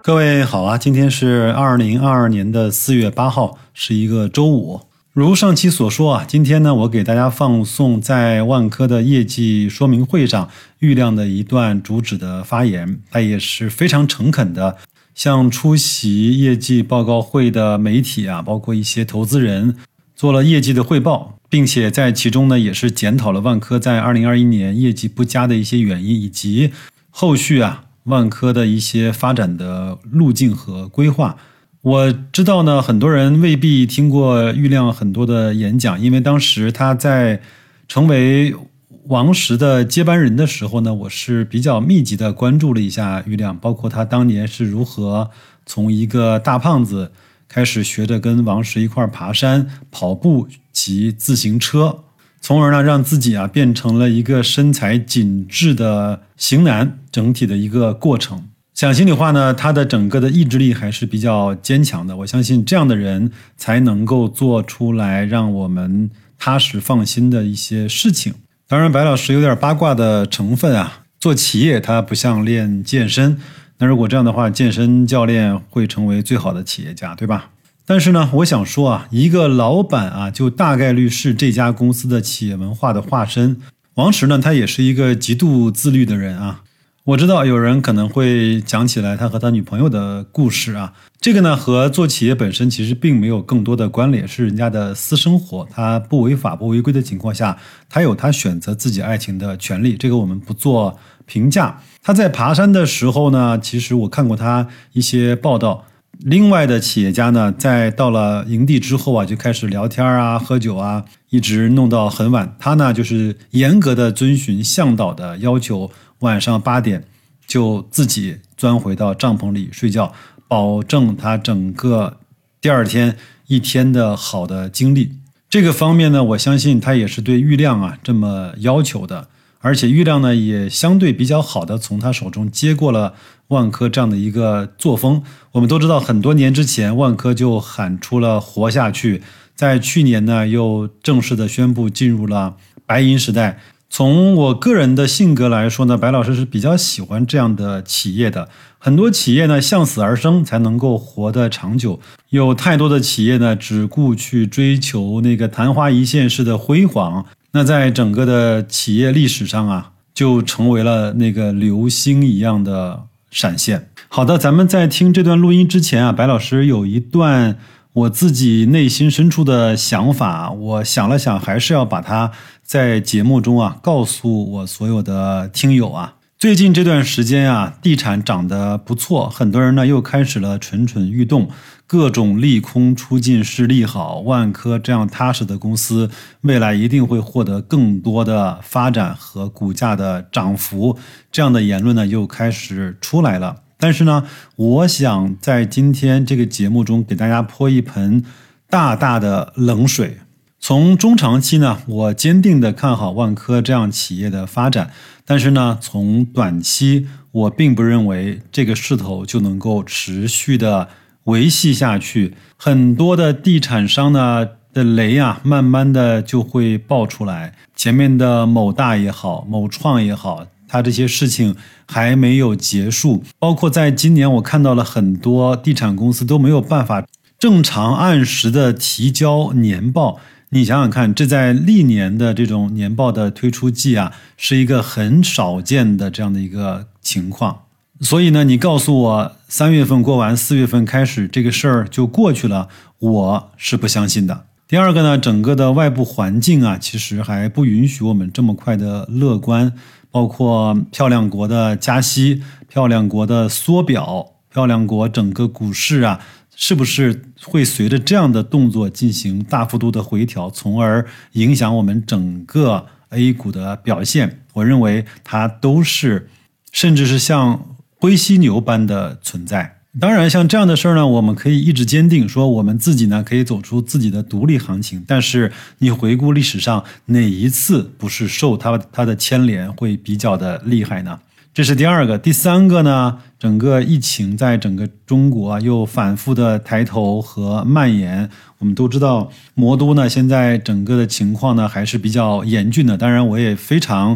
各位好啊，今天是2022年的4月8号，是一个周五。如上期所说啊，今天呢，我给大家放送在万科的业绩说明会上郁亮的一段主旨的发言，他也是非常诚恳的向出席业绩报告会的媒体啊，包括一些投资人做了业绩的汇报，并且在其中呢，也是检讨了万科在2021年业绩不佳的一些原因，以及后续万科的一些发展的路径和规划。我知道呢，很多人未必听过郁亮很多的演讲，因为当时他在成为王石的接班人的时候呢，我是比较密集的关注了一下郁亮，包括他当年是如何从一个大胖子开始学着跟王石一块爬山、跑步、骑自行车，从而呢让自己变成了一个身材紧致的型男，整体的一个过程。讲心里话呢，他的整个的意志力还是比较坚强的，我相信这样的人才能够做出来让我们踏实放心的一些事情。当然白老师有点八卦的成分做企业它不像练健身，那如果这样的话，健身教练会成为最好的企业家，对吧？但是呢，我想说一个老板就大概率是这家公司的企业文化的化身。王石呢，他也是一个极度自律的人我知道有人可能会讲起来他和他女朋友的故事这个呢和做企业本身其实并没有更多的关联，是人家的私生活，他不违法不违规的情况下，他有他选择自己爱情的权利，这个我们不做评价。他在爬山的时候呢，其实我看过他一些报道，另外的企业家呢，在到了营地之后就开始聊天喝酒一直弄到很晚。他呢就是严格的遵循向导的要求，晚上8点就自己钻回到帐篷里睡觉，保证他整个第二天一天的好的经历。这个方面呢，我相信他也是对郁亮这么要求的。而且郁亮呢也相对比较好的从他手中接过了万科这样的一个作风。我们都知道很多年之前万科就喊出了活下去，在去年呢又正式的宣布进入了白银时代。从我个人的性格来说呢，白老师是比较喜欢这样的企业的。很多企业呢向死而生才能够活得长久，有太多的企业呢只顾去追求那个昙花一现式的辉煌，那在整个的企业历史上就成为了那个流星一样的闪现。好的，咱们在听这段录音之前白老师有一段我自己内心深处的想法，我想了想，还是要把它在节目中告诉我所有的听友最近这段时间地产涨得不错，很多人呢又开始了蠢蠢欲动，各种利空出尽是利好，万科这样踏实的公司未来一定会获得更多的发展和股价的涨幅，这样的言论呢又开始出来了。但是呢，我想在今天这个节目中给大家泼一盆大大的冷水。从中长期呢，我坚定的看好万科这样企业的发展，但是呢，从短期我并不认为这个势头就能够持续的维系下去。很多的地产商呢的雷慢慢的就会爆出来，前面的某大也好，某创也好，它这些事情还没有结束。包括在今年我看到了很多地产公司都没有办法正常按时的提交年报。你想想看，这在历年的这种年报的推出季是一个很少见的这样的一个情况。所以呢，你告诉我3月份过完4月份开始这个事儿就过去了，我是不相信的。第二个呢，整个的外部环境其实还不允许我们这么快的乐观，包括漂亮国的加息，漂亮国的缩表，漂亮国整个股市是不是会随着这样的动作进行大幅度的回调，从而影响我们整个 A 股的表现？我认为它都是甚至是像灰犀牛般的存在。当然像这样的事儿呢，我们可以一直坚定说我们自己呢可以走出自己的独立行情，但是你回顾历史上哪一次不是受它的牵连会比较的厉害呢？这是第二个。第三个呢，整个疫情在整个中国又反复的抬头和蔓延。我们都知道魔都呢现在整个的情况呢还是比较严峻的，当然我也非常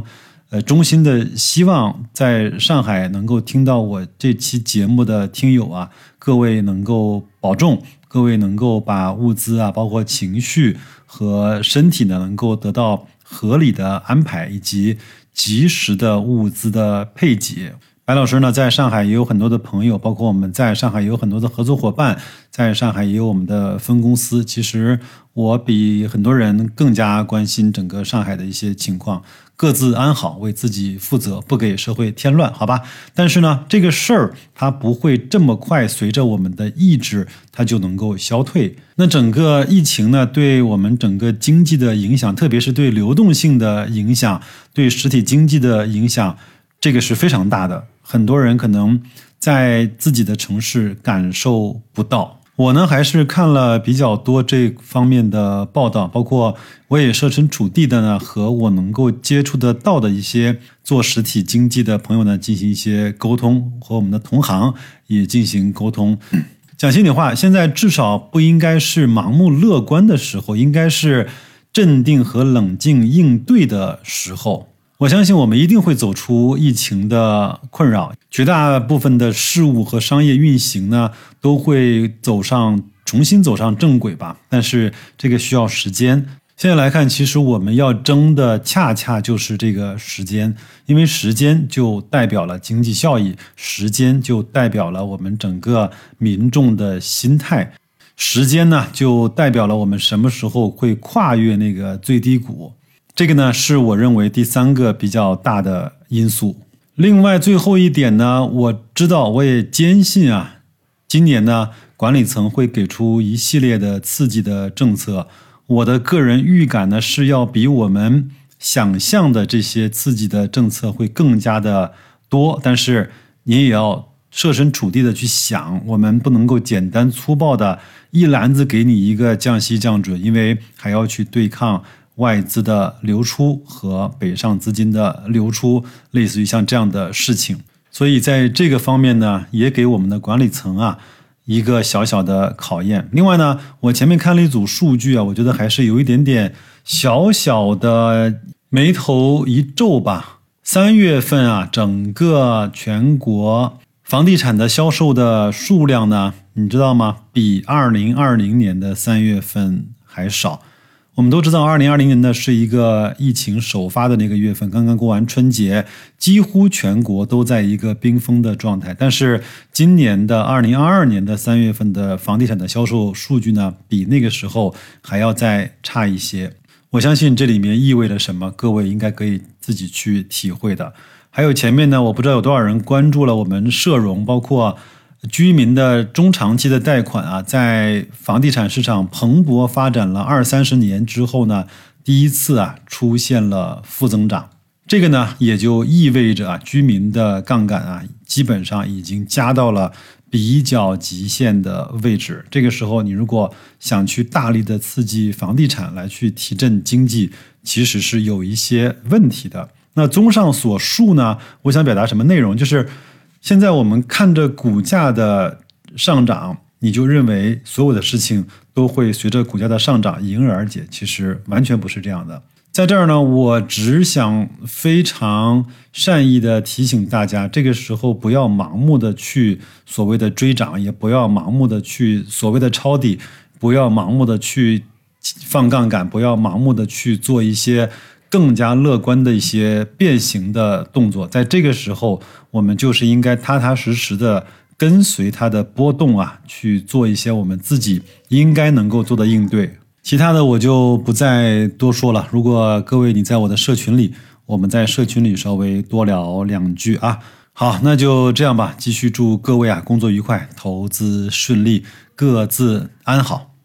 衷心的希望在上海能够听到我这期节目的听友啊，各位能够保重，各位能够把物资啊，包括情绪和身体呢，能够得到合理的安排以及及时的物资的配给。白老师呢，在上海也有很多的朋友，包括我们在上海也有很多的合作伙伴，在上海也有我们的分公司。其实我比很多人更加关心整个上海的一些情况，各自安好，为自己负责，不给社会添乱，好吧？但是呢，这个事儿它不会这么快随着我们的意志它就能够消退。那整个疫情呢，对我们整个经济的影响，特别是对流动性的影响，对实体经济的影响，这个是非常大的。很多人可能在自己的城市感受不到。我呢，还是看了比较多这方面的报道，包括我也设身处地的呢，和我能够接触得到的一些做实体经济的朋友呢，进行一些沟通，和我们的同行也进行沟通。讲心里话，现在至少不应该是盲目乐观的时候，应该是镇定和冷静应对的时候。我相信我们一定会走出疫情的困扰，绝大部分的事物和商业运行呢，都会重新走上正轨吧。但是这个需要时间。现在来看，其实我们要争的恰恰就是这个时间，因为时间就代表了经济效益，时间就代表了我们整个民众的心态，时间呢就代表了我们什么时候会跨越那个最低谷。这个呢，是我认为第三个比较大的因素。另外最后一点呢，我知道，我也坚信啊，今年呢，管理层会给出一系列的刺激的政策。我的个人预感呢，是要比我们想象的这些刺激的政策会更加的多。但是你也要设身处地的去想，我们不能够简单粗暴的一篮子给你一个降息降准，因为还要去对抗外资的流出和北上资金的流出，类似于像这样的事情。所以在这个方面呢，也给我们的管理层啊一个小小的考验。另外呢，我前面看了一组数据啊，我觉得还是有一点点小小的眉头一皱吧。3月份啊，整个全国房地产的销售的数量呢，你知道吗？比2020年的3月份还少。我们都知道2020年呢是一个疫情首发的那个月份，刚刚过完春节，几乎全国都在一个冰封的状态。但是今年的2022年的3月份的房地产的销售数据呢，比那个时候还要再差一些。我相信这里面意味着什么，各位应该可以自己去体会的。还有前面呢，我不知道有多少人关注了我们社融，包括居民的中长期的贷款啊，在房地产市场蓬勃发展了20-30年之后呢，第一次啊出现了负增长。这个呢也就意味着啊，居民的杠杆啊基本上已经加到了比较极限的位置。这个时候你如果想去大力的刺激房地产来去提振经济，其实是有一些问题的。那综上所述呢，我想表达什么内容，就是现在我们看着股价的上涨，你就认为所有的事情都会随着股价的上涨迎刃而解，其实完全不是这样的。在这儿呢，我只想非常善意的提醒大家，这个时候不要盲目的去所谓的追涨，也不要盲目的去所谓的抄底，不要盲目的去放杠杆，不要盲目的去做一些更加乐观的一些变形的动作。在这个时候，我们就是应该踏踏实实的跟随它的波动啊，去做一些我们自己应该能够做的应对。其他的我就不再多说了。如果各位你在我的社群里，我们在社群里稍微多聊两句啊。好，那就这样吧。继续祝各位啊工作愉快，投资顺利，各自安好。